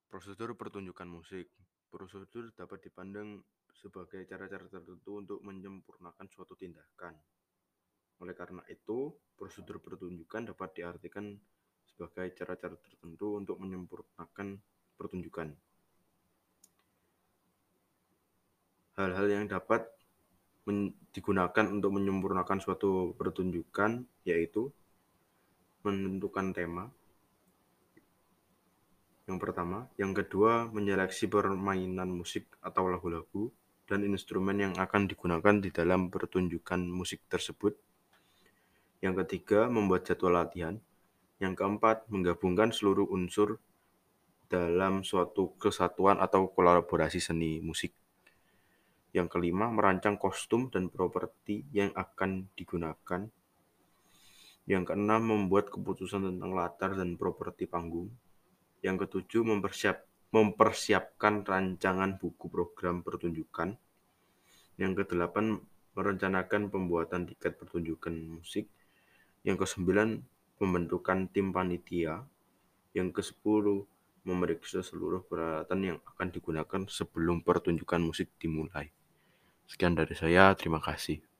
Prosedur pertunjukan musik. Prosedur dapat dipandang sebagai cara-cara tertentu untuk menyempurnakan suatu tindakan. Oleh karena itu, prosedur pertunjukan dapat diartikan sebagai cara-cara tertentu untuk menyempurnakan pertunjukan. Hal-hal yang dapat digunakan untuk menyempurnakan suatu pertunjukan yaitu menentukan tema, yang pertama. Yang kedua, menyeleksi permainan musik atau lagu-lagu dan instrumen yang akan digunakan di dalam pertunjukan musik tersebut. Yang ketiga, membuat jadwal latihan. Yang keempat, menggabungkan seluruh unsur dalam suatu kesatuan atau kolaborasi seni musik. Yang kelima, merancang kostum dan properti yang akan digunakan. Yang keenam, membuat keputusan tentang latar dan properti panggung. Yang ketujuh, mempersiapkan rancangan buku program pertunjukan. Yang kedelapan, merencanakan pembuatan tiket pertunjukan musik. Yang kesembilan, pembentukan tim panitia. Yang kesepuluh, memeriksa seluruh peralatan yang akan digunakan sebelum pertunjukan musik dimulai. Sekian dari saya, terima kasih.